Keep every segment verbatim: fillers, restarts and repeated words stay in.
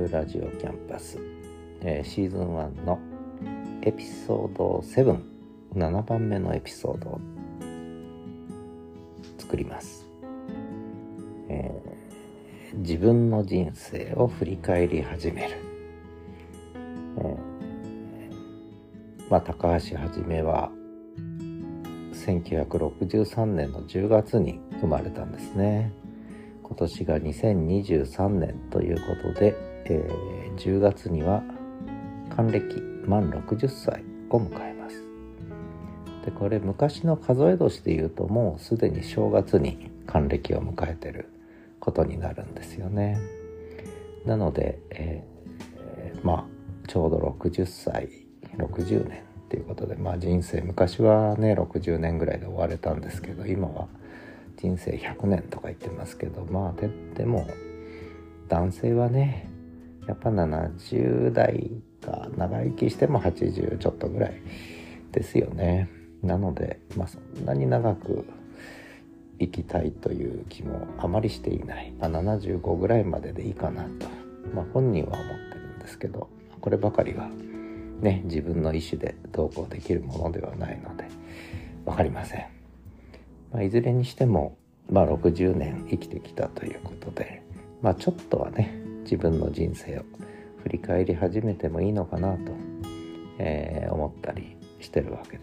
るラジオキャンパス、えー、シーズンワンのエピソードセブン、ななばんめのエピソードを作ります。えー、自分の人生を振り返り始める。えーまあ、高橋はじめはせんきゅうひゃくろくじゅうさんねんのじゅうがつに生まれたんですね。今年がにせんにじゅうさんねんということで、えー、じゅうがつには還暦満ろくじゅっさいを迎えます。でこれ昔の数え年でいうともうすでに正月に還暦を迎えてることになるんですよね。なので、えー、まあちょうどろくじゅっさいろくじゅうねんということで、まあ人生昔はねろくじゅうねんぐらいで終われたんですけど、今は人生ひゃくねんとか言ってますけど、まあで, でも男性はねやっぱななじゅうだいか長生きしてもはちじゅうちょっとぐらいですよね。なのでまあそんなに長く生きたいという気もあまりしていない、まあ、ななじゅうごぐらいまででいいかなと、まあ、本人は思ってるんですけど、こればかりはね自分の意思でどうこうできるものではないので分かりません。まあ、いずれにしても、まあ、ろくじゅうねん生きてきたということで、まあ、ちょっとはね自分の人生を振り返り始めてもいいのかなと、えー、思ったりしてるわけです。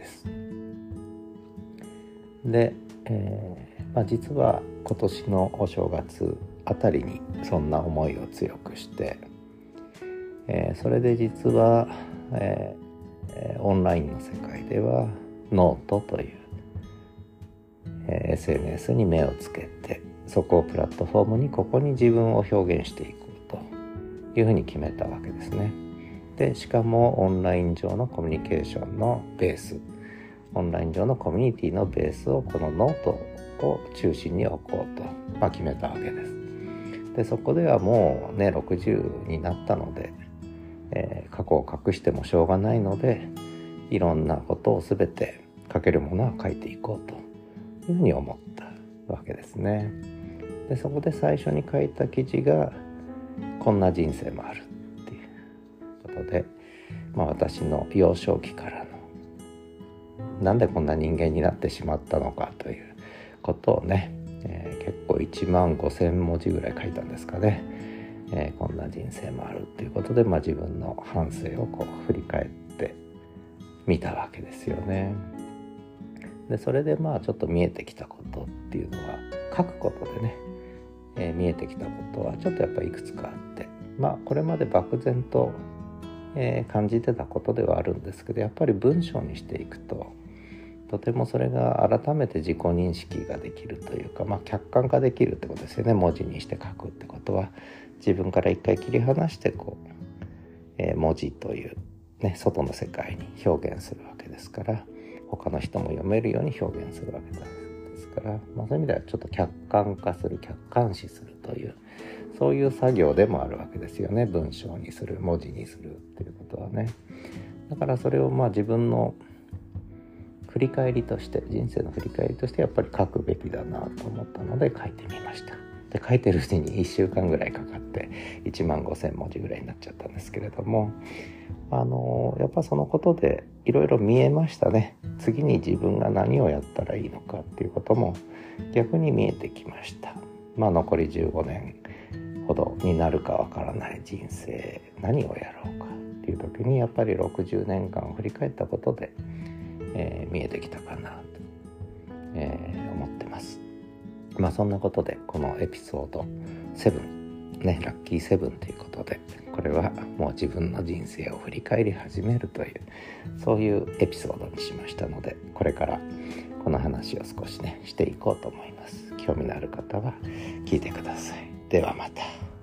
で、えーまあ、実は今年のお正月あたりにそんな思いを強くして、えー、それで実は、えー、オンラインの世界ではノートというエスエヌエス に目をつけて、そこをプラットフォームにここに自分を表現していこうというふうに決めたわけですね。でしかもオンライン上のコミュニケーションのベース、オンライン上のコミュニティのベースをこのノートを中心に置こうと、まあ、決めたわけです。でそこではもうねろくじゅうになったので、えー、過去を隠してもしょうがないので、いろんなことをすべて書けるものは書いていこうというふうに思ったわけですね。でそこで最初に書いた記事がこんな人生もあるっていうことで、まあ、私の幼少期からのなんでこんな人間になってしまったのかということをね、えー、結構いちまんごせんもじぐらい書いたんですかね。えー、こんな人生もあるということで、まあ、自分の反省をこう振り返ってみたわけですよね。でそれでまあちょっと見えてきたことっていうのは、書くことでね、えー、見えてきたことはちょっとやっぱりいくつかあって、まあこれまで漠然と、えー、感じてたことではあるんですけど、やっぱり文章にしていくととてもそれが改めて自己認識ができるというか、まあ客観化できるってことですよね。文字にして書くってことは自分から一回切り離してこう、えー、文字というね外の世界に表現するわけですから、他の人も読めるように表現するわけですから、まあ、そういう意味ではちょっと客観化する、客観視するというそういう作業でもあるわけですよね。文章にする、文字にするっていうことはね。だからそれをまあ自分の振り返りとして、人生の振り返りとしてやっぱり書くべきだなと思ったので書いてみました。で書いてるうちにいっしゅうかんぐらいかかっていちまんごせんもじぐらいになっちゃったんですけれども、あのやっぱそのことでいろいろ見えましたね。次に自分が何をやったらいいのかっていうことも逆に見えてきました。まあ残りじゅうごねんほどになるかわからない人生、何をやろうかっていう時にやっぱりろくじゅうねんかんを振り返ったことで、えー、見えてきたかなと、えー、思ってます。まあそんなことでこのエピソードセブンね、ラッキーセブンということで、これはもう自分の人生を振り返り始めるというそういうエピソードにしましたので、これからこの話を少しねしていこうと思います。興味のある方は聞いてください。ではまた。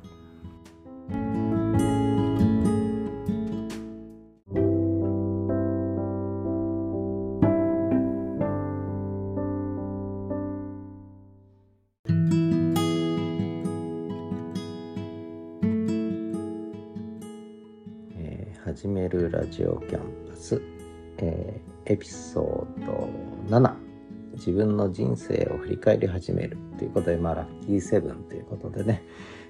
始めるラジオキャンパス、えー、エピソードなな、自分の人生を振り返り始めるということで、まあラッキーセブンということでね、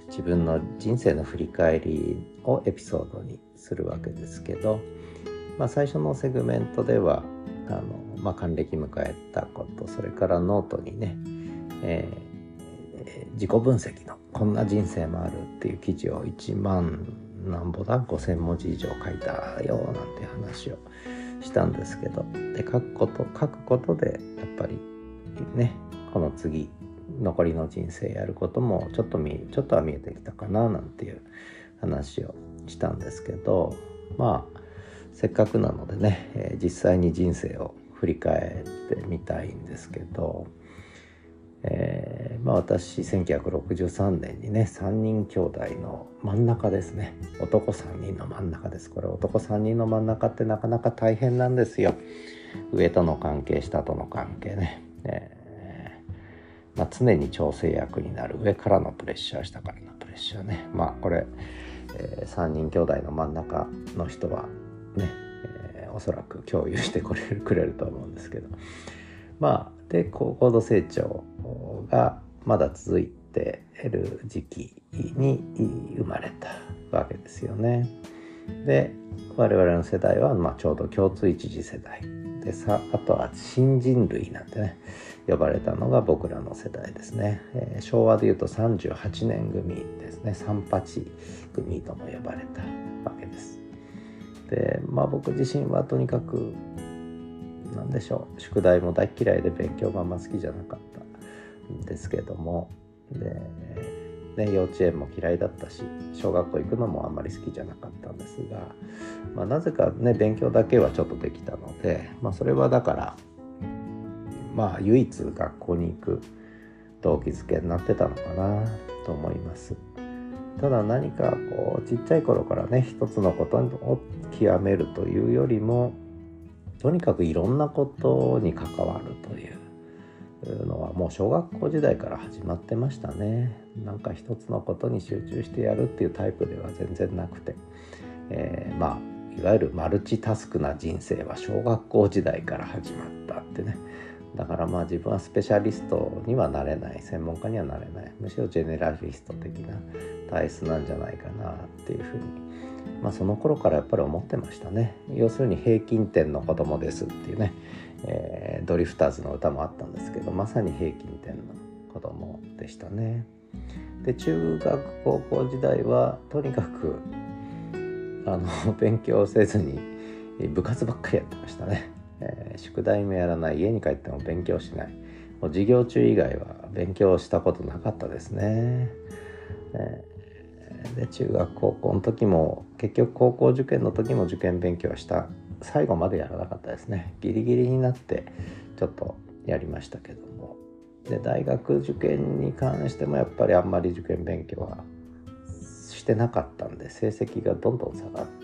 自分の人生の振り返りをエピソードにするわけですけど、まあ、最初のセグメントではあの、まあ、還暦迎えたこと、それからノートにね、えー、自己分析のこんな人生もあるっていう記事をいちまんなんぼだごせんもじ以上書いたよなんて話をしたんですけど、で書くこと書くことでやっぱりね、この次残りの人生やることもちょっと見ちょっとは見えてきたかななんていう話をしたんですけど、まあせっかくなのでね、えー、実際に人生を振り返ってみたいんですけど、えー、まあ私せんきゅうひゃくろくじゅうさんねんにねさんにん兄弟の真ん中ですね。男さんにんの真ん中です。これ男さんにんの真ん中ってなかなか大変なんですよ。上との関係、下との関係ね、えーまあ、常に調整役になる上からのプレッシャー、下からのプレッシャーね。まあこれ、えー、さんにん兄弟の真ん中の人はね、えー、おそらく共有してくれる、くれると思うんですけど、まあで高度成長がまだ続いている時期に生まれたわけですよね。で我々の世代はまあちょうど共通一次世代でさ、あとは新人類なんてね呼ばれたのが僕らの世代ですね、えー、昭和でいうとさんじゅうはちねん組ですね。さんじゅうはち組とも呼ばれたわけです。でまあ僕自身はとにかくなんでしょう、宿題も大嫌いで勉強もあんま好きじゃなかったんですけども、で、ね、幼稚園も嫌いだったし小学校行くのもあんまり好きじゃなかったんですが、まあ、なぜかね勉強だけはちょっとできたので、まあ、それはだからまあ唯一学校に行く動機づけになってたのかなと思います。ただ何かこうちっちゃい頃からね一つのことを極めるというよりもとにかくいろんなことに関わるというのはもう小学校時代から始まってましたね。なんか一つのことに集中してやるっていうタイプでは全然なくて、えー、まあいわゆるマルチタスクな人生は小学校時代から始まったってね。だからまあ自分はスペシャリストにはなれない、専門家にはなれない、むしろジェネラリスト的な体質なんじゃないかなっていうふうに、まあ、その頃からやっぱり思ってましたね。要するに平均点の子供ですっていうね、えー、ドリフターズの歌もあったんですけど、まさに平均点の子供でしたね。で中学高校時代はとにかくあの勉強せずに部活ばっかりやってましたね。えー、宿題もやらない、家に帰っても勉強しない、もう授業中以外は勉強したことなかったですね。えーで中学高校の時も結局高校受験の時も受験勉強した最後までやらなかったですね。ギリギリになってちょっとやりましたけども、で大学受験に関してもやっぱりあんまり受験勉強はしてなかったんで成績がどんどん下がって、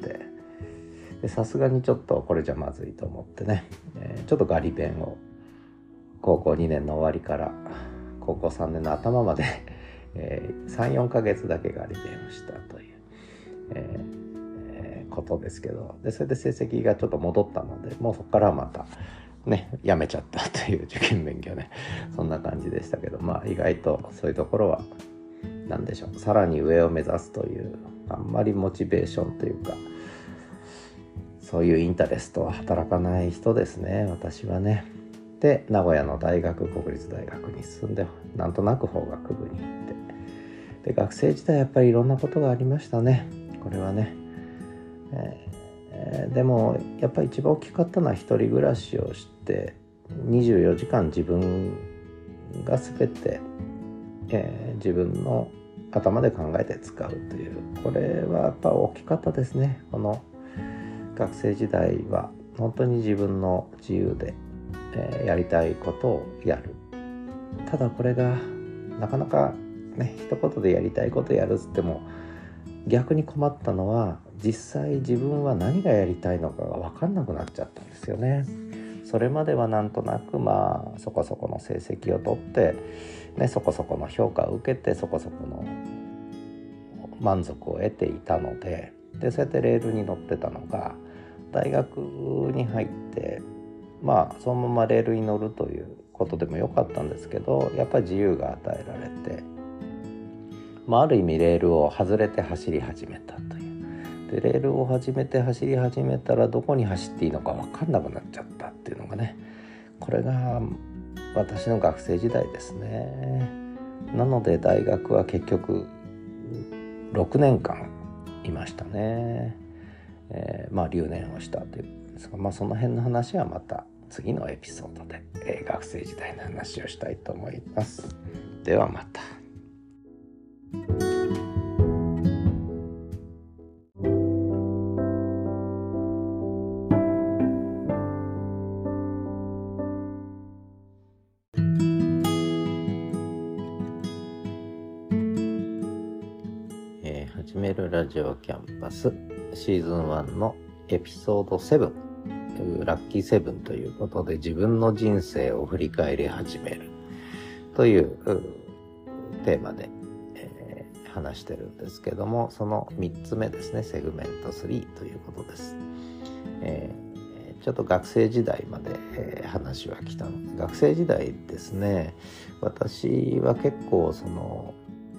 さすがにちょっとこれじゃまずいと思ってね、えー、ちょっとガリ勉を高校にねんの終わりから高校さんねんの頭までえー、さん、よんかげつだけガリ勉をしたという、えーえー、ことですけど、でそれで成績がちょっと戻ったのでもうそこからまたねやめちゃったという受験勉強ね、そんな感じでしたけど、まあ意外とそういうところは何でしょう、さらに上を目指すというあんまりモチベーションというかそういうインタレストは働かない人ですね、私はね。で名古屋の大学、国立大学に進んでなんとなく法学部に行って、で学生時代やっぱりいろんなことがありましたね。これはね、えー、でもやっぱり一番大きかったのは一人暮らしをしてにじゅうよじかん自分が全て、えー、自分の頭で考えて使うという、これはやっぱ大きかったですね。この学生時代は本当に自分の自由でえー、やりたいことをやる。ただこれがなかなかね一言でやりたいことやるっつっても逆に困ったのは実際自分は何がやりたいのかが分かんなくなっちゃったんですよね。それまではなんとなくまあそこそこの成績を取って、ね、そこそこの評価を受けてそこそこの満足を得ていたので、でそうやってレールに乗ってたのが大学に入ってまあそのままレールに乗るということでもよかったんですけど、やっぱり自由が与えられて、 まあ、ある意味レールを外れて走り始めたという。でレールを始めて走り始めたらどこに走っていいのか分かんなくなっちゃったっていうのがね、これが私の学生時代ですね。なので大学は結局ろくねんかんいましたね。えー、まあ留年をしたというんですが、まあその辺の話はまた次のエピソードで、えー、学生時代の話をしたいと思います。ではまた。えー、始めるラジオキャンパスシーズンワンのエピソードセブン、ラッキーセブンということで、自分の人生を振り返り始めるというテーマで、えー、話してるんですけども、そのみっつめですね、セグメントスリーということです。えー、ちょっと学生時代まで、えー、話は来たので、学生時代ですね、私は結構その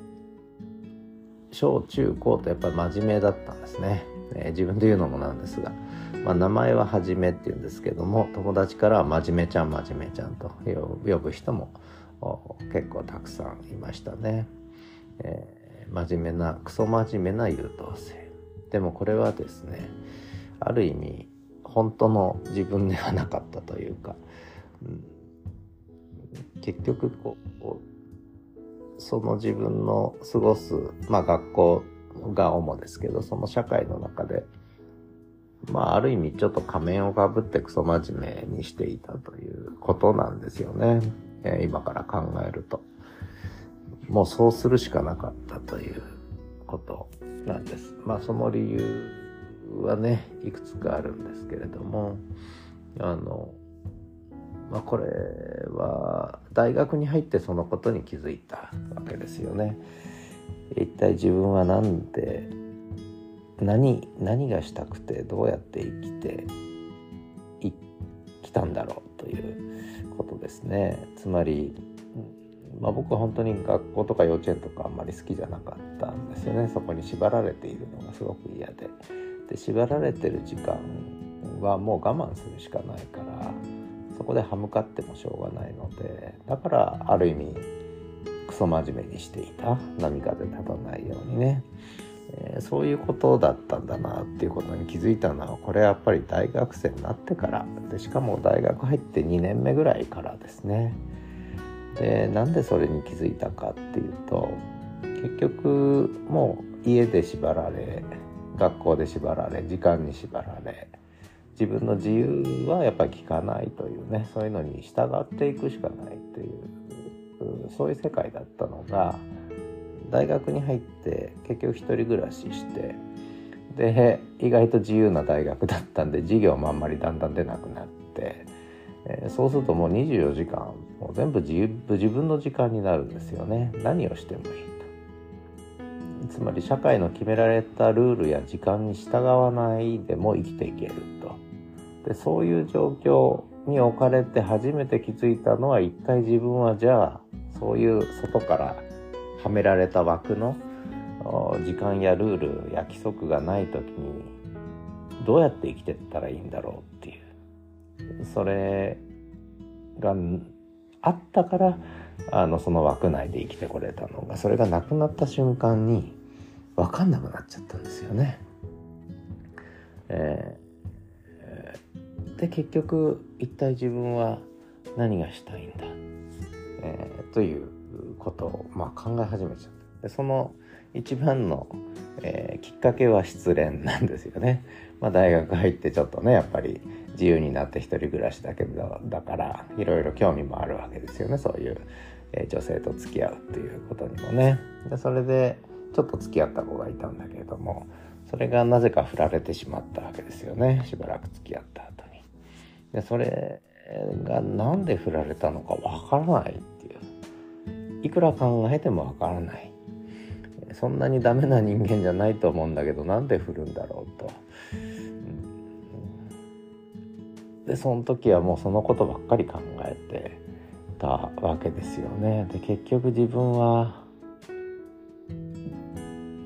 小中高とやっぱり真面目だったんですね、えー、自分で言うのもなんですが、まあ、名前ははじめっていうんですけども、友達からは真面目ちゃん真面目ちゃんと呼ぶ人も結構たくさんいましたね、えー、真面目なクソ真面目な優等生。でもこれはですね、ある意味本当の自分ではなかったというか、うん、結局こうその自分の過ごす、まあ学校が主ですけど、その社会の中で、まあある意味ちょっと仮面をかぶってクソ真面目にしていたということなんですよね、えー、今から考えると。もうそうするしかなかったということなんです。まあその理由はね、いくつかあるんですけれども、あのまあ、これは大学に入ってそのことに気づいたわけですよね。一体自分はなんで何何がしたくてどうやって生きていきたんだろうということですね。つまり、まあ、僕は本当に学校とか幼稚園とかあんまり好きじゃなかったんですよね。そこに縛られているのがすごく嫌で、で縛られてる時間はもう我慢するしかないから、そこで歯向かってもしょうがないので、だからある意味クソ真面目にしていた。波風立たないようにね、えー、そういうことだったんだなっていうことに気づいたのは、これやっぱり大学生になってからで、しかも大学入ってにねんめぐらいからですね。でなんでそれに気づいたかっていうと、結局もう家で縛られ、学校で縛られ、時間に縛られ、自分の自由はやっぱり聞かないというね、そういうのに従っていくしかないという、そういう世界だったのが、大学に入って結局一人暮らしして、で意外と自由な大学だったんで、授業もあんまりだんだん出なくなって、えー、そうするともうにじゅうよじかんもう全部自由、自分の時間になるんですよね。何をしてもいいと。つまり社会の決められたルールや時間に従わないでも生きていけると。でそういう状況に置かれて初めて気づいたのは、一体自分はじゃあそういう外からはめられた枠の時間やルールや規則がない時にどうやって生きていったらいいんだろうっていう、それがあったから、あのその枠内で生きてこれたのが、それがなくなった瞬間に分かんなくなっちゃったんですよね。えーで結局一体自分は何がしたいんだ、えー、ということを、まあ、考え始めちゃった。でその一番の、えー、きっかけは失恋なんですよね。まあ、大学入ってちょっとね、やっぱり自由になって一人暮らしだけどだからいろいろ興味もあるわけですよね。そういう、えー、女性と付き合うっていうことにもね。でそれでちょっと付き合った子がいたんだけれども、それがなぜか振られてしまったわけですよね。しばらく付き合った後に。でそれがなんで振られたのかわからないっていう、いくら考えてもわからない。そんなにダメな人間じゃないと思うんだけど、なんで振るんだろうと。でその時はもうそのことばっかり考えてたわけですよね。で結局自分は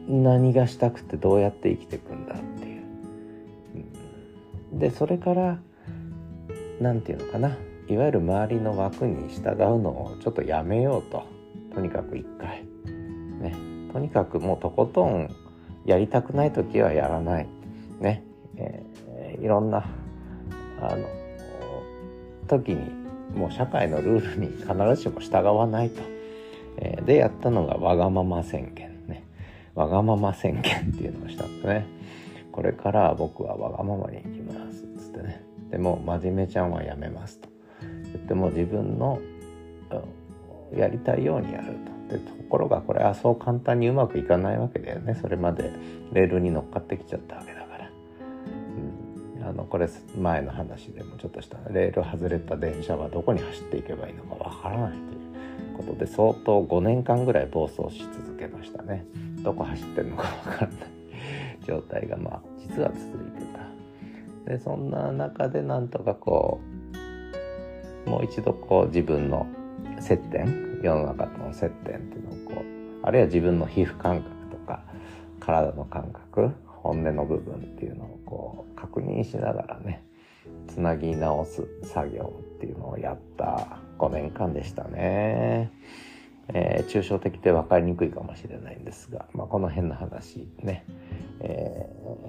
何がしたくてどうやって生きていくんだっていう、うん、でそれからなんていうのかな、いわゆる周りの枠に従うのをちょっとやめようと、とにかく一回ね、とにかくもうとことんやりたくない時はやらないね、えー、いろんなあの時にもう社会のルールに必ずしも従わないと、えー、でやったのがわがまま宣言ね、わがまま宣言っていうのをしたんだね。これから僕はわがままに行きますっつってね、でも真面目ちゃんはやめますと言っても自分のやりたいようにやると。でところがこれはそう簡単にうまくいかないわけだよね。それまでレールに乗っかってきちゃったわけだから、うん、あのこれ前の話でもちょっとしたレール外れた電車はどこに走っていけばいいのかわからないということで相当ごねんかんぐらい暴走し続けましたね。どこ走ってるのかわからない状態がまあ実は続いてた。でそんな中でなんとかこうもう一度こう自分の接点、世の中との接点っていうのをこう、あるいは自分の皮膚感覚とか体の感覚、本音の部分っていうのをこう確認しながらね、つなぎ直す作業っていうのをやったごねんかんでしたね。えー、抽象的で分かりにくいかもしれないんですが、まあ、この辺の話ね、え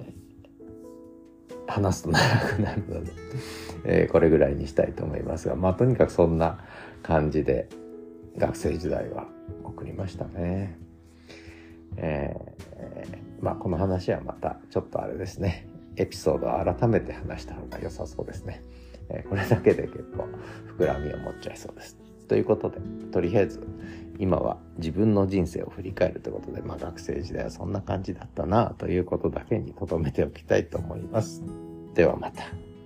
ー、話すと長くなるので、えー、これぐらいにしたいと思いますが、まあとにかくそんな感じで学生時代は送りましたね。えー、まあこの話はまたちょっとあれですね、エピソードを改めて話した方が良さそうですね。えー、これだけで結構膨らみを持っちゃいそうです。ということで、とりあえず今は自分の人生を振り返るということで、まあ学生時代はそんな感じだったなということだけに留めておきたいと思います。ではまた。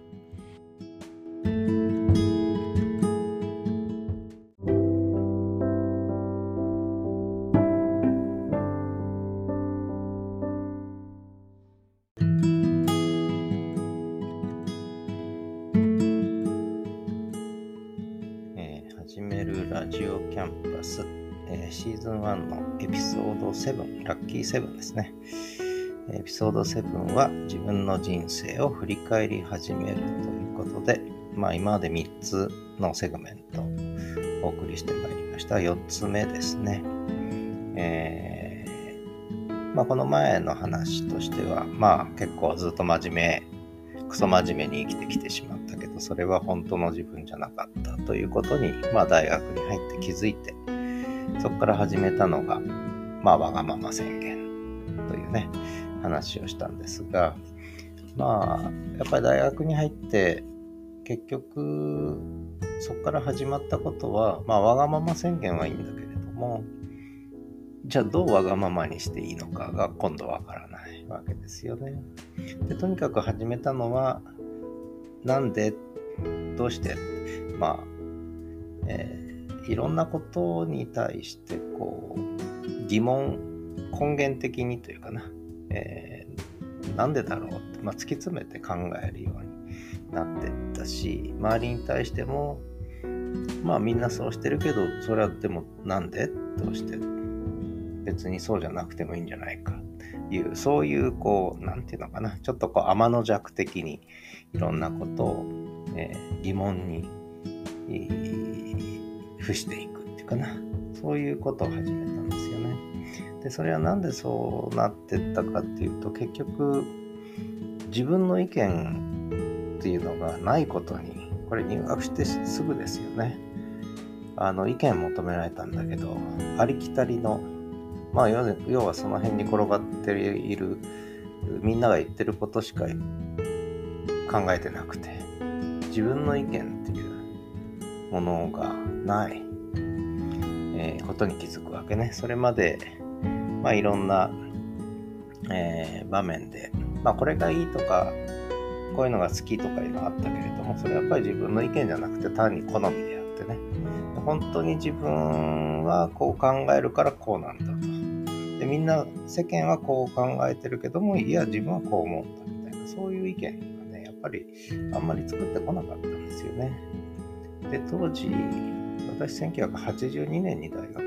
始めるラジオキャンパス、えー、シーズンワンのエピソードなな、ラッキーセブンですね。エピソードななは自分の人生を振り返り始めるということで、まあ今までみっつのセグメントをお送りしてまいりました。よっつめですね。えー、まあこの前の話としては、まあ結構ずっと真面目、クソ真面目に生きてきてしまったけど、それは本当の自分じゃなかったということに、まあ大学に入って気づいて、そこから始めたのが、まあわがまま宣言というね、話をしたんですが、まあやっぱり大学に入って結局そこから始まったことは、まあわがまま宣言はいいんだけれども、じゃあどうわがままにしていいのかが今度わからないわけですよね。でとにかく始めたのは、なんで、どうして、まあ、えー、いろんなことに対してこう疑問、根源的にというかな、えー、なんでだろうって、まあ、突き詰めて考えるようになっていったし、周りに対してもまあみんなそうしてるけど、それはでもなんで、どうして、別にそうじゃなくてもいいんじゃないかっていう、そういうこうなんていうのかな、ちょっとこう天の弱的にいろんなことを、えー、疑問に、えー、付していくっていうかな、そういうことを始めたんですよね。でそれはなんでそうなってったかっていうと、結局自分の意見っていうのがないことに、これ入学してすぐですよね。あの意見求められたんだけど、ありきたりの、まあ要はその辺に転がっているみんなが言ってることしか考えてなくて、自分の意見っていうものがない、えー、ことに気づくわけね。それまでまあいろんな、えー、場面で、まあこれがいいとかこういうのが好きとかいうのがあったけれども、それはやっぱり自分の意見じゃなくて単に好みであってね、本当に自分はこう考えるからこうなんだと。でみんな世間はこう考えてるけども、いや自分はこう思うんだみたいな、そういう意見がねやっぱりあんまり作ってこなかったんですよね。で当時私せんきゅうひゃくはちじゅうにねんに大学入ったん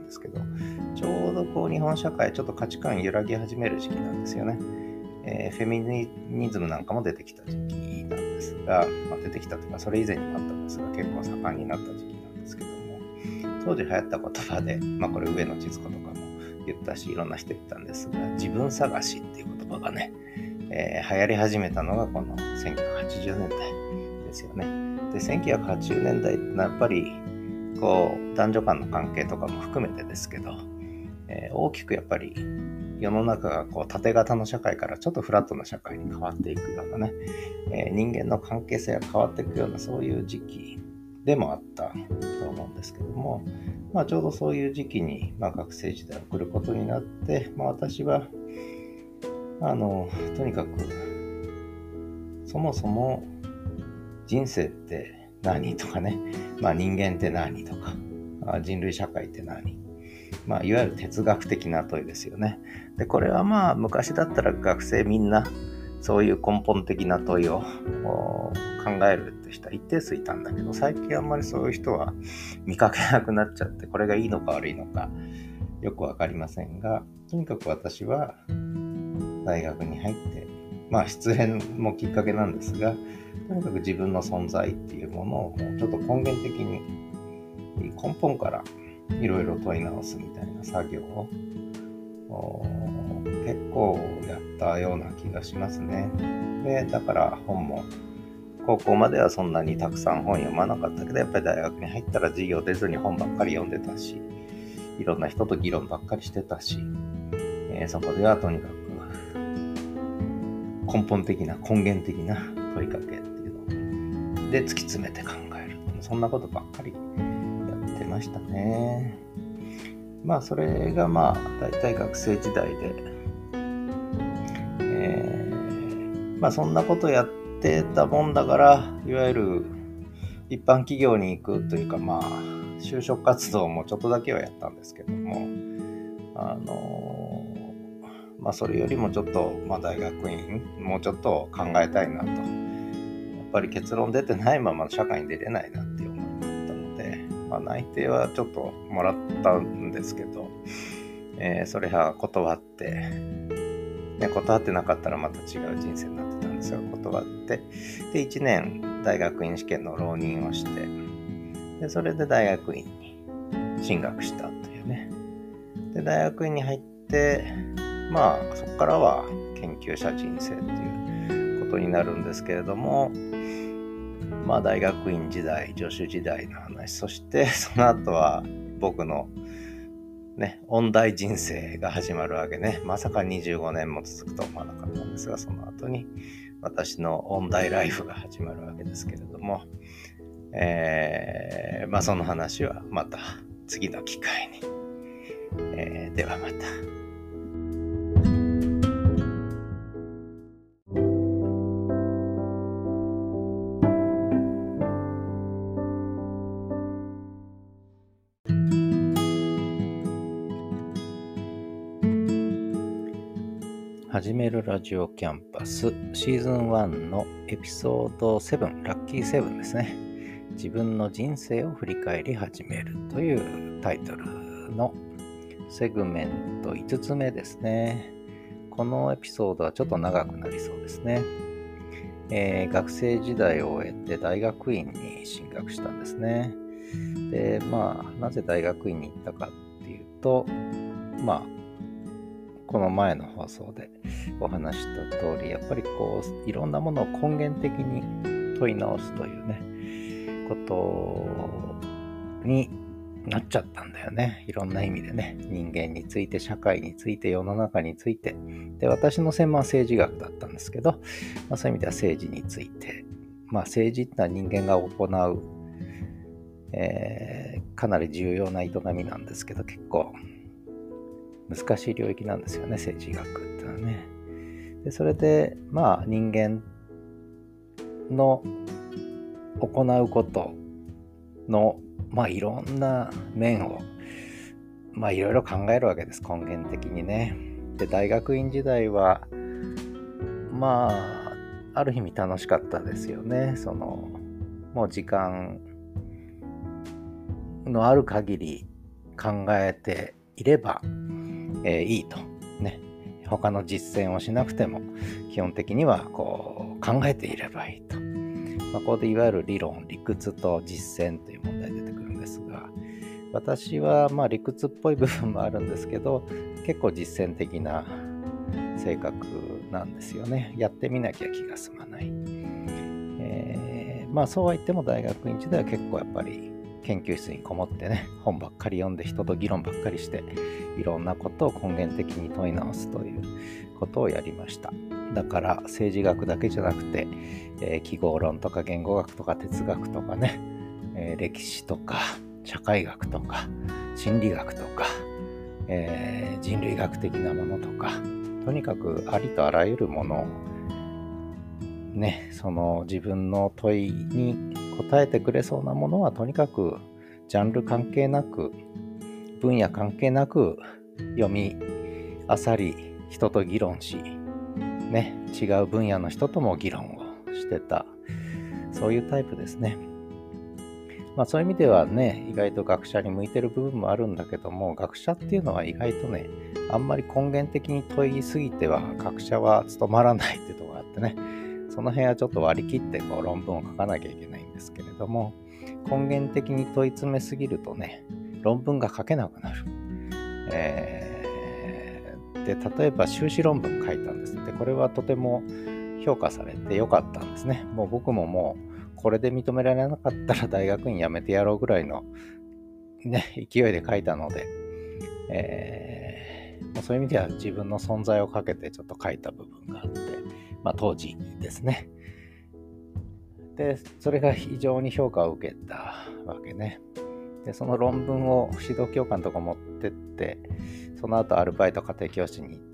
んですけど、ちょうどこう日本社会ちょっと価値観揺らぎ始める時期なんですよね。えー、フェミニズムなんかも出てきた時期なんですが、まあ、出てきたというかそれ以前にもあったんですが、結構盛んになった時期なんですけども、当時流行った言葉で、まあこれ上野千鶴子とかも言ったし、いろんな人言ったんですが、自分探しっていう言葉がね、えー、流行り始めたのがこのせんきゅうひゃくはちじゅうねんだいですよね。で、せんきゅうひゃくはちじゅうねんだいってのはやっぱりこう男女間の関係とかも含めてですけど、えー、大きくやっぱり世の中がこう縦型の社会からちょっとフラットな社会に変わっていくようなね、えー、人間の関係性が変わっていくようなそういう時期でもあったと思うんですけども、まあ、ちょうどそういう時期に、まあ、学生時代を送ることになって、まあ、私はあのとにかくそもそも人生って何とかね、まあ、人間って何とか人類社会って何、まあ、いわゆる哲学的な問いですよね。で、これはまあ昔だったら学生みんなそういう根本的な問いを考えるって人は一定数いたんだけど、最近あんまりそういう人は見かけなくなっちゃって、これがいいのか悪いのかよくわかりませんが、とにかく私は大学に入って、まあ失恋もきっかけなんですが、とにかく自分の存在っていうものをもうちょっと根源的に根本からいろいろ問い直すみたいな作業を結構やったような気がしますね。で、だから本も高校まではそんなにたくさん本読まなかったけど、やっぱり大学に入ったら授業出ずに本ばっかり読んでたし、いろんな人と議論ばっかりしてたし、えー、そこではとにかく根本的な根源的な問いかけっていうので突き詰めて考える、そんなことばっかりやってましたね。まあそれがまあ大体学生時代で、えー、まあそんなことやってたもんだから、いわゆる一般企業に行くというか、まあ就職活動もちょっとだけはやったんですけども、あのー、まあそれよりもちょっと、まあ大学院もうちょっと考えたいなと、やっぱり結論出てないまま社会に出れないなっていう思いがあったので、まあ、内定はちょっともらったんですけど、えー、それは断って、ね、断ってなかったらまた違う人生になってたんですが、断って、でいちねん大学院試験の浪人をして、でそれで大学院に進学したというね。で大学院に入って、まあそこからは研究者人生っていうことになるんですけれども、まあ大学院時代、助手時代の話、そしてその後は僕のね、音大人生が始まるわけね。まさかにじゅうごねんも続くと思わなかったんですが、その後に私の音大ライフが始まるわけですけれども、えー、まあその話はまた次の機会に。えー、ではまた。始めるラジオキャンパスシーズンワンのエピソードセブン、ラッキーセブンですね。自分の人生を振り返り始めるというタイトルのセグメントいつつめですね。このエピソードはちょっと長くなりそうですね。えー、学生時代を終えて大学院に進学したんですね。で、まあなぜ大学院に行ったかっていうと、まあこの前の放送でお話した通り、やっぱりこういろんなものを根源的に問い直すというねことになっちゃったんだよね。いろんな意味でね、人間について、社会について、世の中について。で、私の専門は政治学だったんですけど、まあ、そういう意味では政治について、まあ政治ってのは人間が行う、えー、かなり重要な営みなんですけど、結構難しい領域なんですよね、政治学ってのはね。で、それでまあ人間の行うことのまあいろんな面をまあいろいろ考えるわけです、根源的にね。で、大学院時代はまあある意味楽しかったですよね。そのもう時間のある限り考えていれば、えー、いいとね。他の実践をしなくても基本的にはこう考えていればいいと。まあ、ここでいわゆる理論、理屈と実践という問題出てくるんですが、私はまあ理屈っぽい部分もあるんですけど、結構実践的な性格なんですよね。やってみなきゃ気が済まない。えー、まあそうは言っても大学院時代は結構やっぱり研究室にこもってね、本ばっかり読んで人と議論ばっかりしていろんなことを根源的に問い直すということをやりました。だから政治学だけじゃなくて、えー、記号論とか言語学とか哲学とかね、えー、歴史とか社会学とか心理学とか、えー、人類学的なものとか、とにかくありとあらゆるものをね、その自分の問いに答えてくれそうなものはとにかくジャンル関係なく分野関係なく読み漁り人と議論し、ね、違う分野の人とも議論をしてた、そういうタイプですね。まあそういう意味ではね、意外と学者に向いてる部分もあるんだけども、学者っていうのは意外とね、あんまり根源的に問いすぎては学者は務まらないっていうところがあってね、その辺はちょっと割り切ってこう論文を書かなきゃいけないんですけれども、根源的に問い詰めすぎるとね、論文が書けなくなる。えー、で、例えば修士論文書いたんです。で、これはとても評価されてよかったんですね。もう僕ももうこれで認められなかったら大学院辞めてやろうぐらいの、ね、勢いで書いたので、えー、そういう意味では自分の存在をかけてちょっと書いた部分があって、まあ、当時ですね。で、それが非常に評価を受けたわけね。で、その論文を指導教官のとこ持ってって、その後アルバイト家庭教師に行って、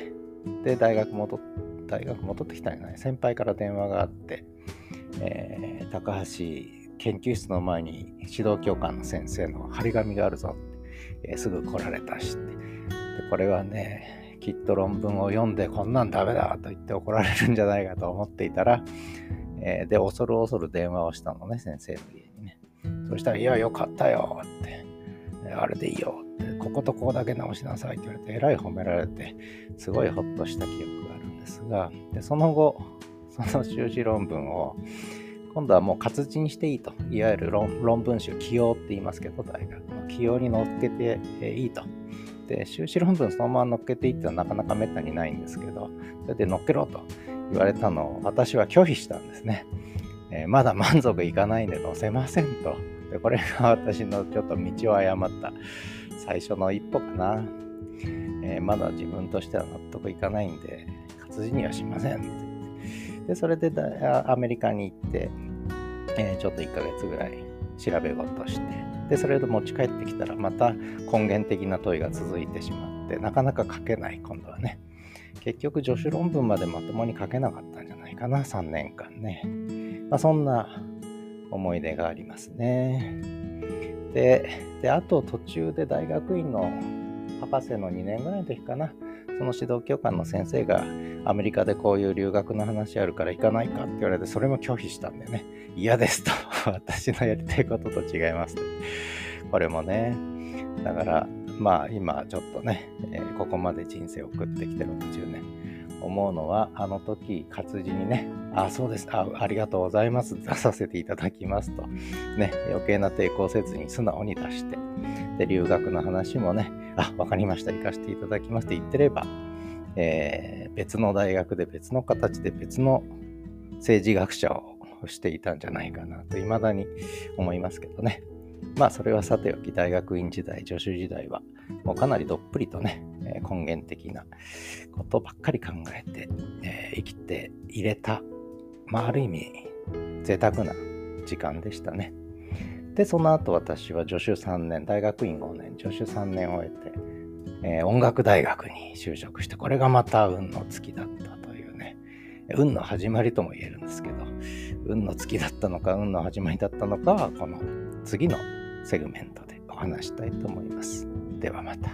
で、大学戻っ大学戻ってきたんじゃない、先輩から電話があって、えー、高橋研究室の前に指導教官の先生の張り紙があるぞって、えー、すぐ来られたしって、でこれはね、きっと論文を読んでこんなんダメだと言って怒られるんじゃないかと思っていたら、えー、で恐る恐る電話をしたのね、先生の家にね。そしたら、いやよかったよって、あれでいいよって、こことここだけ直しなさいって言われて、えらい褒められて、すごいほっとした記憶があるんですが、でその後その修士論文を今度はもう活字にしていいと、いわゆる 論, 論文集起用って言いますけど、大学の起用に載っけていいと。で、修士論文そのまま載っけていいってのはなかなかめったにないんですけど、それで載っけろと言われたのを私は拒否したんですね。えー、まだ満足いかないんで載せませんと。で、これが私のちょっと道を誤った最初の一歩かな。えー、まだ自分としては納得いかないんで活字にはしませんって。で、それでだアメリカに行って、えー、ちょっといっかげつぐらい調べ事して、でそれで持ち帰ってきたらまた根源的な問いが続いてしまって、なかなか書けない。今度はね、結局助手論文までまともに書けなかったんじゃないかな、さんねんかんね。まあ、そんな思い出がありますね。で、であと途中で大学院の博士のにねんぐらいの時かな、その指導教官の先生がアメリカでこういう留学の話あるから行かないかって言われて、それも拒否したんでね、嫌ですと私のやりたいことと違いますと。これもね、だからまあ今ちょっとね、えー、ここまで人生を送ってきてろくじゅうねん思うのは、あの時活字にね、あ、そうです、あ、ありがとうございます、出させていただきますとね、余計な抵抗せずに素直に出して、で留学の話もね、あ、わかりました、行かせていただきますって言ってれば、えー、別の大学で別の形で別の政治学者をしていたんじゃないかなと未だに思いますけどね。まあそれはさておき、大学院時代、助手時代はもうかなりどっぷりとね、根源的なことばっかり考えて、えー、生きていれた、まあある意味贅沢な時間でしたね。で、その後私は助手さんねん、大学院ごねん、助手さんねんを終えて、えー、音楽大学に就職して、これがまた運の尽きだったというね、運の始まりとも言えるんですけど、運の尽きだったのか運の始まりだったのかはこの次のセグメントでお話したいと思います。ではまた。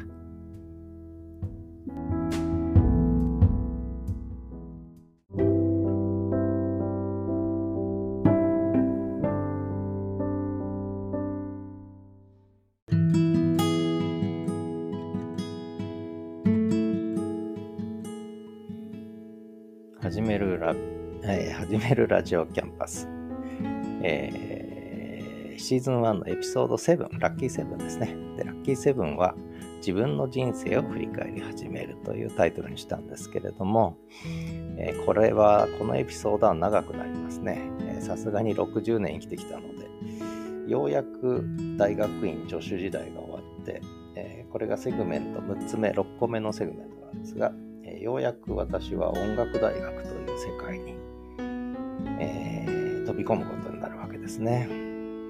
始めるラ、えー、始めるラジオキャンパス、えー、シーズンワンのエピソードセブン、ラッキーセブンですね。で、ラッキーセブンは自分の人生を振り返り始めるというタイトルにしたんですけれども、えー、これはこのエピソードは長くなりますね。さすがにろくじゅうねん生きてきたので、ようやく大学院助手時代が終わって、えー、これがセグメントむっつめ、ろっこめのセグメントなんですが、えー、ようやく私は音楽大学という世界に、えー、飛び込むことになるわけですね。え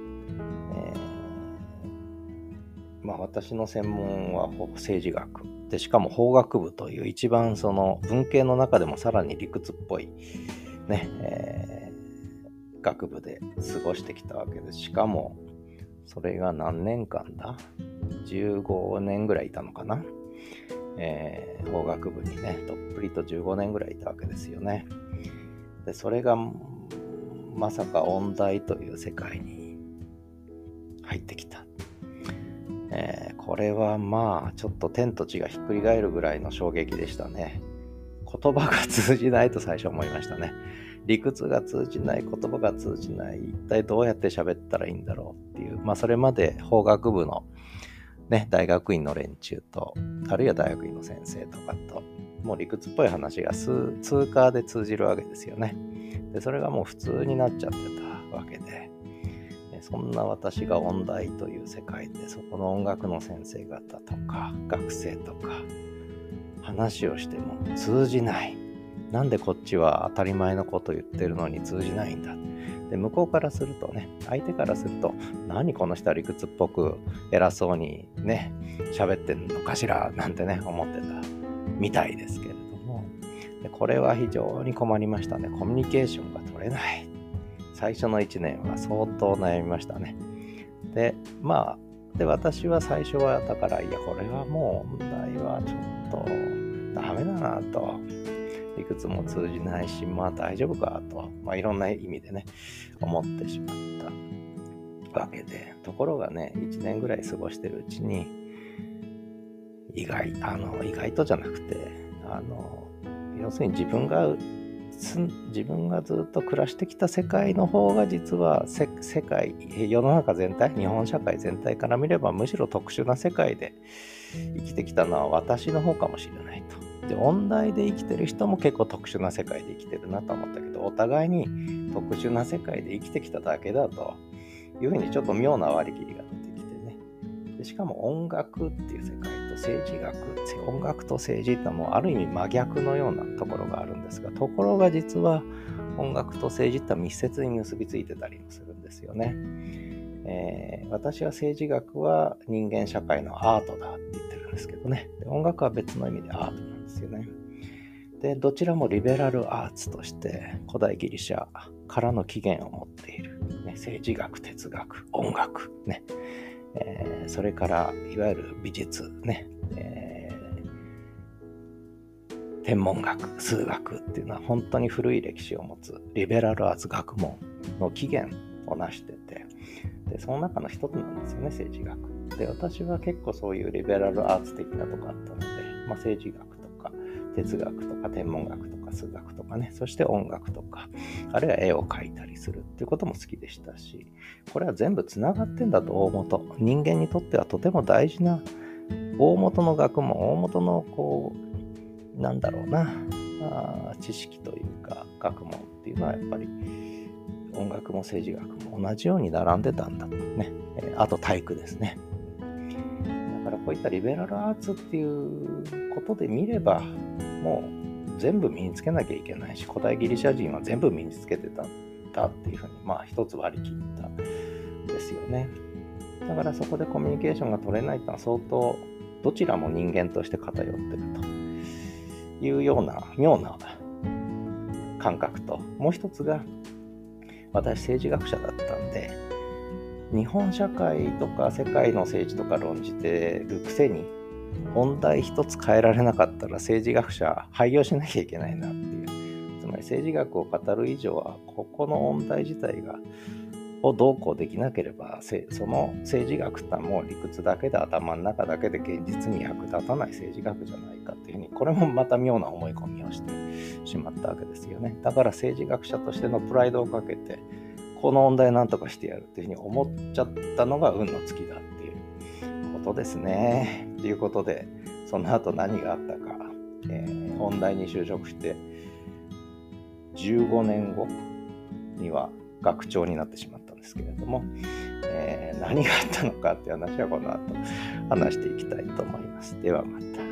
ー、まあ私の専門は政治学で、しかも法学部という一番その文系の中でもさらに理屈っぽいね、えー学部で過ごしてきたわけです。しかもそれが何年間だじゅうごねんぐらいいたのかな、えー、法学部にねどっぷりとじゅうごねんぐらいいたわけですよね。でそれがまさか音大という世界に入ってきた、えー、これはまあちょっと天と地がひっくり返るぐらいの衝撃でしたね。言葉が通じないと最初思いましたね。理屈が通じない、言葉が通じない、一体どうやって喋ったらいいんだろうっていう、まあそれまで法学部のね大学院の連中と、あるいは大学院の先生とかともう理屈っぽい話が数通過で通じるわけですよね。でそれがもう普通になっちゃってたわけで、そんな私が音大という世界で、そこの音楽の先生方とか学生とか話をしても通じない。なんでこっちは当たり前のこと言ってるのに通じないんだ。で向こうからするとね、相手からすると、何この人は理屈っぽく偉そうにね喋ってんのかしらなんてね思ってたみたいですけれども、でこれは非常に困りましたね。コミュニケーションが取れない。最初のいちねんは相当悩みましたね。でまあで私は最初はだから、いやこれはもう問題はちょっとダメだなと、理屈も通じないし、まあ大丈夫かと、まあいろんな意味でね思ってしまったわけで、ところがねいちねんぐらい過ごしてるうちに、意外あの意外とじゃなくて、あの要するに自分が自分がずっと暮らしてきた世界の方が実は世界世の中全体、日本社会全体から見ればむしろ特殊な世界で生きてきたのは私の方かもしれないと。で音大で生きてる人も結構特殊な世界で生きてるなと思ったけど、お互いに特殊な世界で生きてきただけだというふうにちょっと妙な割り切りが出てきてね。でしかも音楽っていう世界と政治学、音楽と政治ってのはもうある意味真逆のようなところがあるんですが、ところが実は音楽と政治って密接に結びついてたりもするんですよね。えー、私は政治学は人間社会のアートだって言ってるんですけどね、で音楽は別の意味でアートなんですよね。でどちらもリベラルアーツとして古代ギリシャからの起源を持っている、ね、政治学、哲学、音楽ね、えー、それからいわゆる美術ね、えー、天文学、数学っていうのは本当に古い歴史を持つリベラルアーツ学問の起源を成してて、でその中の一つなんですよね、政治学で。私は結構そういうリベラルアーツ的なとこあったので、まあ、政治学とか哲学とか天文学とか数学とかね、そして音楽とか、あるいは絵を描いたりするっていうことも好きでしたし、これは全部つながってんだと。大元、人間にとってはとても大事な大元の学問、大元のこうなんだろうなあ知識というか学問っていうのはやっぱり音楽も政治学も同じように並んでたんだとね。あと体育ですね。だからこういったリベラルアーツっていうことで見れば、もう全部身につけなきゃいけないし、古代ギリシャ人は全部身につけてたんだっていうふうに、まあ一つ割り切ったんですよね。だからそこでコミュニケーションが取れないってのは相当どちらも人間として偏ってるというような妙な感覚と、もう一つが私政治学者だったんで、日本社会とか世界の政治とか論じてるくせに音大一つ変えられなかったら政治学者廃業しなきゃいけないなっていう。つまり政治学を語る以上はここの音大自体がをどうこうできなければ、その政治学ってのはもう理屈だけで頭の中だけで現実に役立たない政治学じゃないかっていうふうに、これもまた妙な思い込みをしてしまったわけですよね。だから政治学者としてのプライドをかけてこの問題なんとかしてやるっていうふうに思っちゃったのが運の尽きだっていうことですね。ということでその後何があったか、えー、音大に就職してじゅうごねんごには学長になってしまったんですけれども、えー、何があったのかっていう話はこの後話していきたいと思います。ではまた。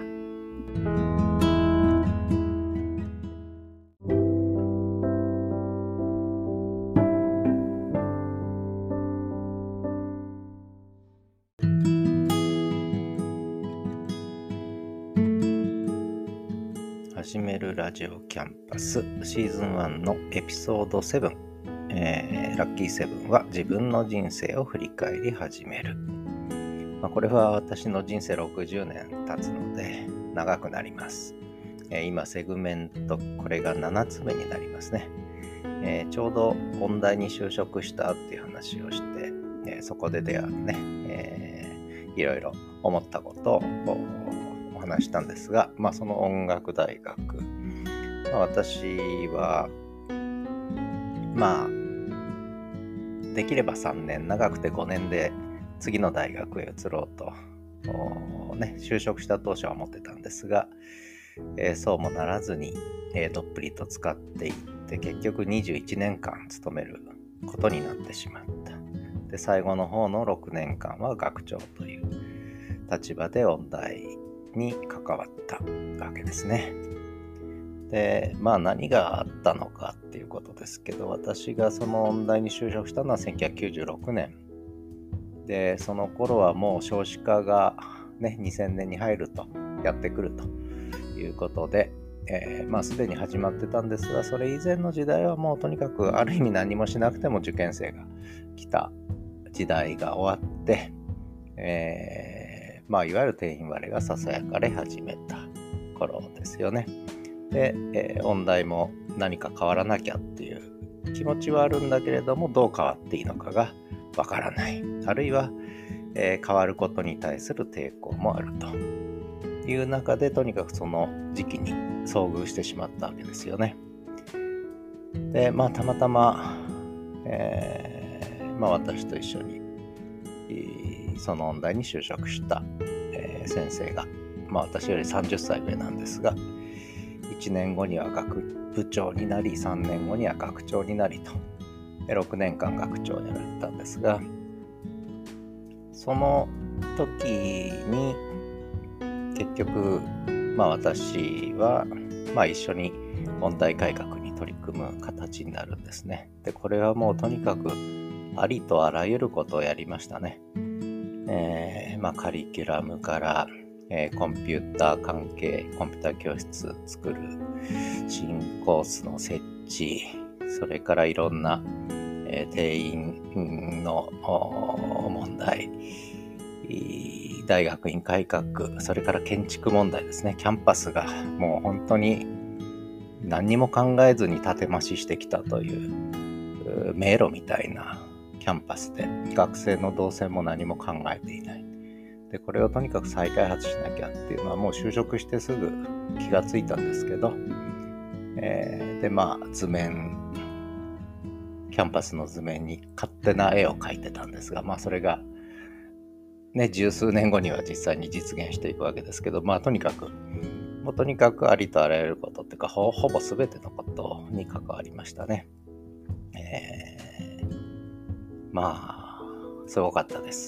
始めるラジオキャンパスシーズンワンのエピソードセブン、えー、ラッキーセブンは自分の人生を振り返り始める。まあ、これは私の人生ろくじゅうねん経つので長くなります。えー、今セグメントこれがななつめになりますね。えー、ちょうど音大に就職したっていう話をして、えー、そこで出会うね、えー、いろいろ思ったことをお話したんですが、まあ、その音楽大学、まあ、私はまあできればさんねん、長くてごねんで次の大学へ移ろうと、ね、就職した当初は思ってたんですが、えー、そうもならずに、えー、どっぷりと使っていって結局にじゅういちねんかん勤めることになってしまった。で最後の方のろくねんかんは学長という立場で音大に関わったわけですね。でまあ何があったのかっていうことですけど、私がその音大に就職したのはせんきゅうひゃくきゅうじゅうろくねんで、その頃はもう少子化がねにせんねんに入るとやってくるということで、えー、まあすでに始まってたんですが、それ以前の時代はもうとにかくある意味何もしなくても受験生が来た時代が終わって、えーまあ、いわゆる定員割れがささやかれ始めた頃ですよね。で、えー、音大も何か変わらなきゃっていう気持ちはあるんだけれども、どう変わっていいのかがわからない。あるいは、えー、変わることに対する抵抗もあるという中で、とにかくその時期に遭遇してしまったわけですよね。で、まあたまたま、えー、まあ私と一緒にその音大に就職した、えー、先生が、まあ、私よりさんじゅっさい上なんですが、いちねんごには学部長になり、さんねんごには学長になりと、ろくねんかん学長をやられたんですが、その時に結局、まあ、私は、まあ、一緒に音大改革に取り組む形になるんですね。でこれはもうとにかくありとあらゆることをやりましたね。えーまあ、カリキュラムから、えー、コンピューター関係、コンピューター教室作る、新コースの設置、それからいろんな、えー、定員の問題、大学院改革、それから建築問題ですね。キャンパスがもう本当に何にも考えずに建て増ししてきたという迷路みたいなキャンパスで、学生の動線も何も考えていない。でこれをとにかく再開発しなきゃっていうのはもう就職してすぐ気がついたんですけど、えー、でまあ図面キャンパスの図面に勝手な絵を描いてたんですが、まあそれがね十数年後には実際に実現していくわけですけど、まあとにかくもうとにかくありとあらゆることっていうか ほ, ほぼ全てのことに関わりましたね。えー、まあすごかったです。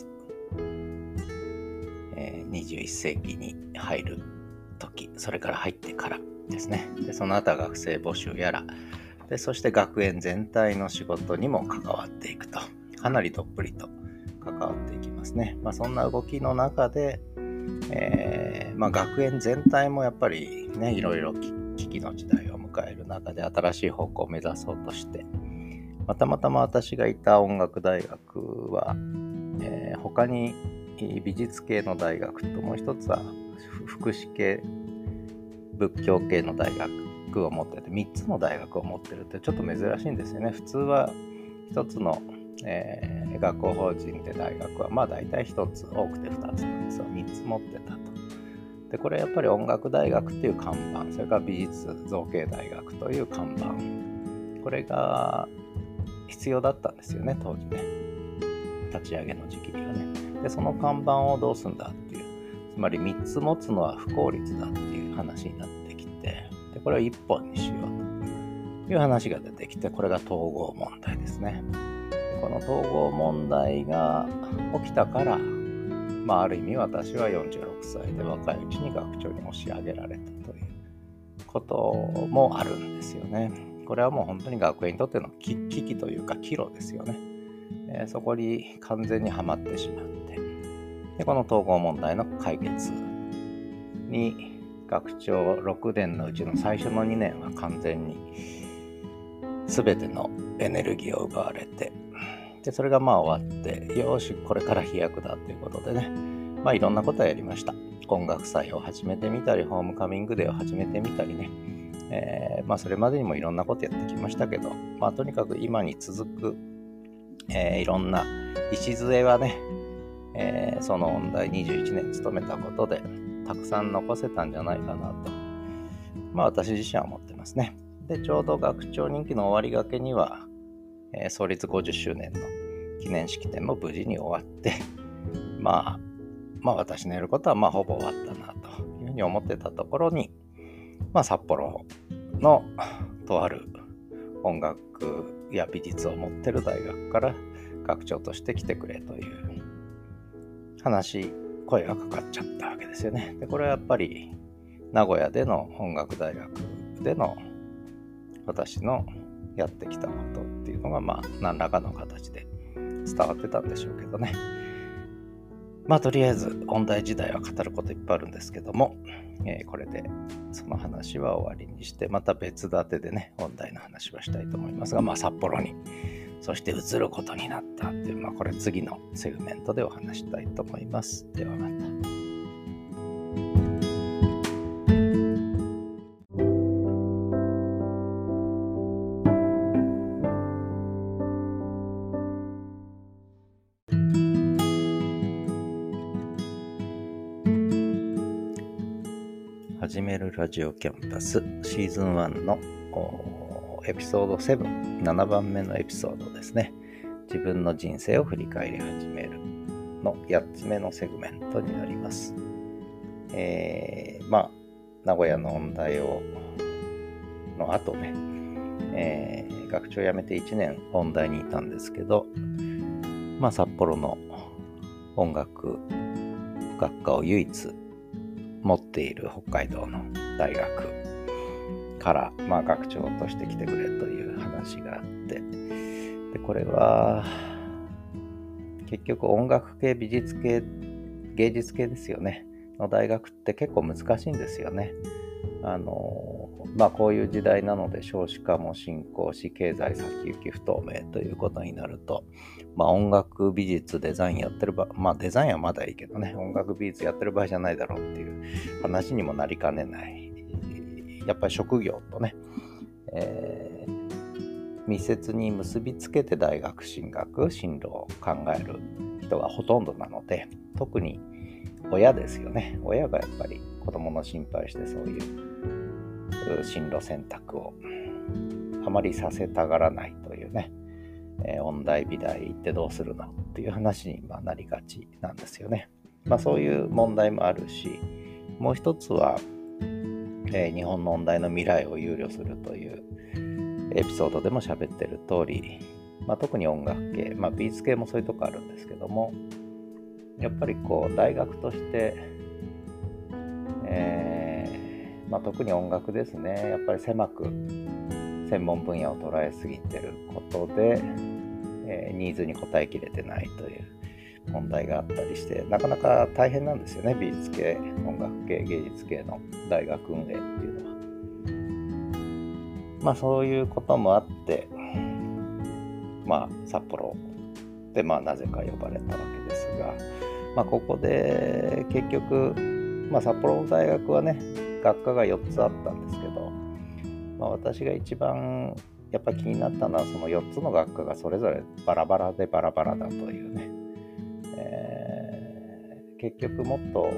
にじゅういっせいきに入る時、それから入ってからですね。でその後は学生募集やらで、そして学園全体の仕事にも関わっていくと、かなりどっぷりと関わっていきますね。まあ、そんな動きの中で、えーまあ、学園全体もやっぱりねいろいろ危機の時代を迎える中で新しい方向を目指そうとして、まあ、たまたま私がいた音楽大学は、えー、他に美術系の大学と、もう一つは福祉系仏教系の大学を持ってて、みっつの大学を持ってるってちょっと珍しいんですよね。普通は一つの、えー、学校法人で大学はまあ大体一つ、多くて二つなんですが、みっつ持ってたと。 でこれやっぱり音楽大学っていう看板、それから美術造形大学という看板、これが必要だったんですよね、当時ね、立ち上げの時期にはね。でその看板をどうすんだっていう、つまりみっつ持つのは不効率だっていう話になってきて、でこれをいっぽんにしようという話が出てきて、これが統合問題ですね。でこの統合問題が起きたから、まあ、ある意味私はよんじゅうろくさいで若いうちに学長に押し上げられたということもあるんですよね。これはもう本当に学園にとっての危機というか岐路ですよね。えー、そこに完全にはまってしまって、でこの統合問題の解決に学長ろくねんのうちの最初のにねんは完全に全てのエネルギーを奪われて、でそれがまあ終わって、よしこれから飛躍だということでね、まあいろんなことをやりました。音楽祭を始めてみたり、ホームカミングデーを始めてみたりね、えー、まあそれまでにもいろんなことやってきましたけど、まあとにかく今に続く、えー、いろんな礎はね、えー、その音大にじゅういちねん勤めたことでたくさん残せたんじゃないかなと、まあ私自身は思ってますね。でちょうど学長任期の終わりがけには、えー、創立ごじゅっしゅうねんの記念式典も無事に終わって、まあまあ私のやることはまあほぼ終わったなというふうに思ってたところに、まあ札幌のとある音楽や美術を持ってる大学から学長として来てくれという話、声がかかっちゃったわけですよね。でこれはやっぱり名古屋での音楽大学での私のやってきたことっていうのがまあ何らかの形で伝わってたんでしょうけどね。まあとりあえず音大時代は語ることいっぱいあるんですけども、えー、これでその話は終わりにして、また別立てでね音大の話はしたいと思いますが、まあ札幌にそして移ることになったっていう、まあこれ次のセグメントでお話したいと思います。ではまた。始めるラジオキャンパスシーズンワンのエピソードセブン、ななばんめのエピソードですね。自分の人生を振り返り始めるのやっつめのセグメントになります。えー、まあ名古屋の音大をの後ね、えー、学長辞めていちねん音大にいたんですけど、まあ札幌の音楽学科を唯一持っている北海道の大学から、まあ、学長として来てくれという話があって、でこれは結局音楽系、美術系、芸術系ですよねの大学って結構難しいんですよね。あのまあこういう時代なので少子化も進行し、経済先行き不透明ということになると、まあ音楽美術デザインやってる場合、まあデザインはまだいいけどね、音楽美術やってる場合じゃないだろうっていう話にもなりかねない。やっぱり職業とね、えー、密接に結びつけて大学進学進路を考える人がほとんどなので、特に親ですよね。親がやっぱり子供の心配してそういう進路選択をあまりさせたがらないというね、えー、音大美大行ってどうするのっていう話になりがちなんですよね。まあそういう問題もあるし、もう一つは、えー、日本の音大の未来を憂慮するというエピソードでも喋ってる通り、まあ、特に音楽系、まあ、美術系もそういうとこあるんですけども、やっぱりこう大学として、えーまあ、特に音楽ですね、やっぱり狭く専門分野を捉えすぎてることで、えー、ニーズに応えきれてないという問題があったりして、なかなか大変なんですよね、美術系、音楽系、芸術系の大学運営っていうのは。まあそういうこともあって、まあ札幌でまあなぜか呼ばれたわけですが、まあここで結局、まあ札幌の大学はね、学科がよっつあったんですけど、まあ私が一番やっぱ気になったのはそのよっつの学科がそれぞれバラバラでバラバラだというね、えー、結局もっと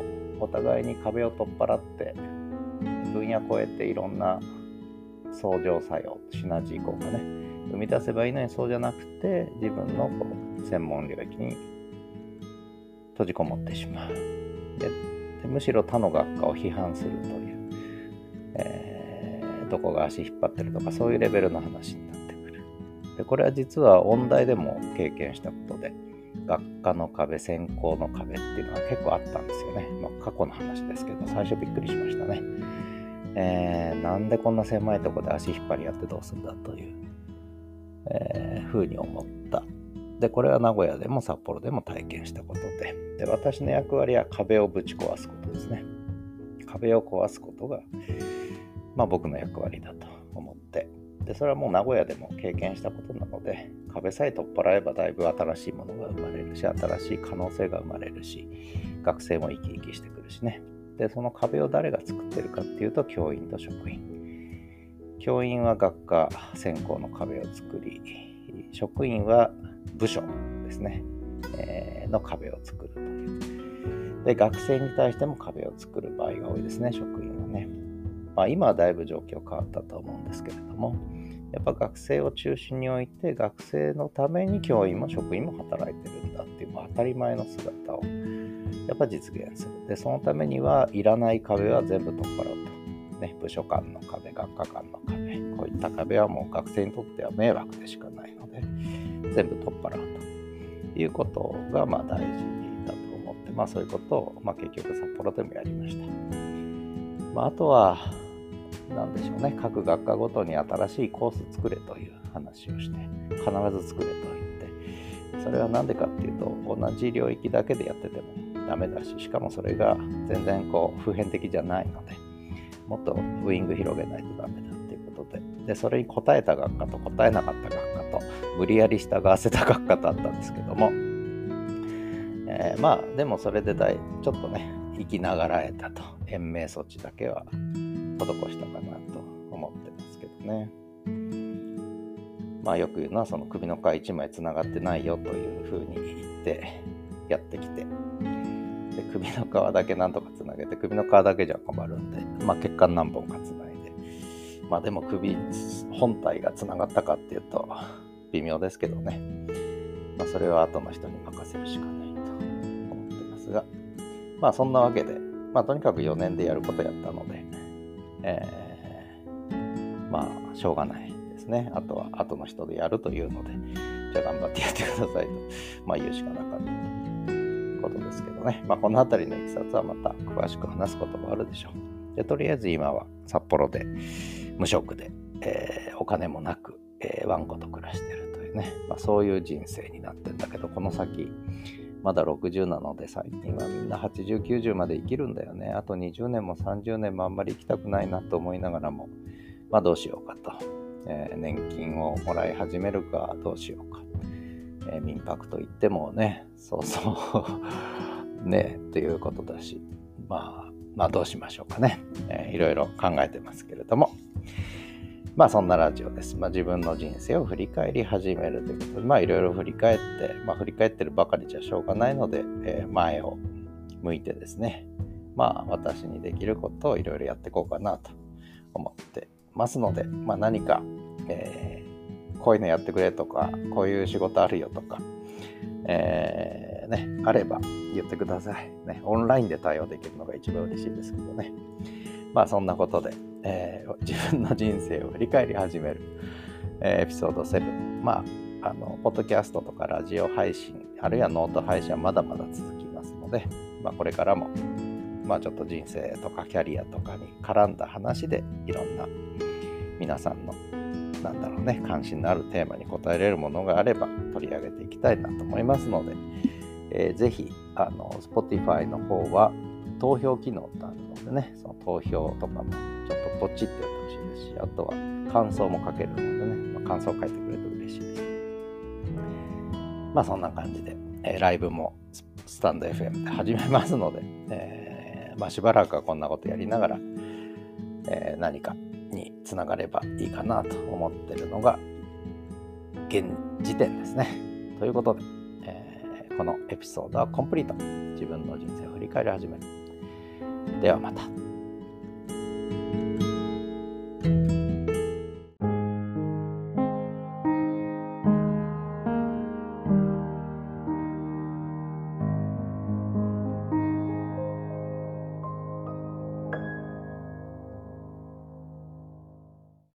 お互いに壁を取っ払って分野超えていろんな相乗作用、シナジー効果ね生み出せばいいのに、そうじゃなくて自分のこう専門領域に閉じこもってしまう。 で, でむしろ他の学科を批判するという、えー、どこが足引っ張ってるとか、そういうレベルの話になってくる。でこれは実は音大でも経験したことで、学科の壁、専攻の壁っていうのは結構あったんですよね。まあ、過去の話ですけど、最初びっくりしましたね。えー、なんでこんな狭いところで足引っ張りやってどうするんだという、えー、ふうに思った。でこれは名古屋でも札幌でも体験したことで、で私の役割は壁をぶち壊すことですね。壁を壊すことが、まあ、僕の役割だと思って、でそれはもう名古屋でも経験したことなので、壁さえ取っ払えばだいぶ新しいものが生まれるし、新しい可能性が生まれるし、学生も生き生きしてくるしね。でその壁を誰が作ってるかっていうと、教員と職員。教員は学科専攻の壁を作り、職員は部署ですね、えー、の壁を作るという。で学生に対しても壁を作る場合が多いですね、職員はね。まあ、今はだいぶ状況変わったと思うんですけれども、やっぱ学生を中心に置いて、学生のために教員も職員も働いてるんだっていう、まあ、当たり前の姿をやっぱ実現する。でそのためにはいらない壁は全部取っ払うと、ね、部署間の壁、学科間の壁、こういった壁はもう学生にとっては迷惑でしかないので、全部取っ払うということがまあ大事だと思って、まあ、そういうことを、まあ、結局札幌でもやりました。まあ、あとはなんでしょうね、各学科ごとに新しいコース作れという話をして、必ず作れと言って、それはなんでかっていうと、同じ領域だけでやっててもダメだし、しかもそれが全然こう普遍的じゃないので、もっとウイング広げないとダメだっていうことで、でそれに答えた学科と答えなかった学科と無理やり従わせた学科とあったんですけども、えー、まあでもそれでだいちょっとね生きながらえたと、延命措置だけは施したかなと思ってますけどね。まあよく言うのは、その首の皮一枚つながってないよというふうに言ってやってきて、で首の皮だけなんとかつなげて、首の皮だけじゃ困るんで、まあ血管何本かつないで、まあでも首本体がつながったかっていうと微妙ですけどね、まあそれは後の人に任せるしかないと思ってますが、まあそんなわけで、まあとにかくよねんでやることやったので、えー、まあしょうがないですね。あとは後の人でやるというので、じゃあ頑張ってやってくださいと、まあ言うしかなかったことですけどね。まあこのあたりのいきさつはまた詳しく話すこともあるでしょう。でとりあえず今は札幌で無職で、えー、お金もなく、えー、ワンコと暮らしてるというね、まあ、そういう人生になってんだけど、この先まだろくじゅうなので、最近はみんなはちじゅう、きゅうじゅうまで生きるんだよね。あとにじゅうねんもさんじゅうねんもあんまり生きたくないなと思いながらも、まあどうしようかと、えー、年金をもらい始めるかどうしようか、えー、民泊といってもね、そうそうねということだし、まあまあどうしましょうかね、えー、いろいろ考えてますけれども、まあそんなラジオです。まあ自分の人生を振り返り始めるということで、まあいろいろ振り返って、まあ振り返ってるばかりじゃしょうがないので、えー、前を向いてですね、まあ私にできることをいろいろやっていこうかなと思ってますので、まあ何か、えー、こういうのやってくれとか、こういう仕事あるよとか、えー、ね、あれば言ってください。ね、オンラインで対応できるのが一番嬉しいですけどね。まあそんなことで、えー、自分の人生を振り返り始める、えー、エピソードセブン、まああのポッドキャストとかラジオ配信、あるいはノート配信はまだまだ続きますので、まあ、これからもまあちょっと人生とかキャリアとかに絡んだ話で、いろんな皆さんのなんだろうね、関心のあるテーマに答えれるものがあれば取り上げていきたいなと思いますので、えー、ぜひあの Spotify の方は投票機能ってあるのでね、その投票とかもちょっとポチってやってほしいですし、あとは感想も書けるのでね、まあ、感想書いてくれると嬉しいです。まあそんな感じで、えー、ライブもスタンド エフエム で始めますので、えーまあ、しばらくはこんなことやりながら、えー、何かにつながればいいかなと思ってるのが現時点ですね。ということで、えー、このエピソードはコンプリート。自分の人生を振り返り始める。 ではまた。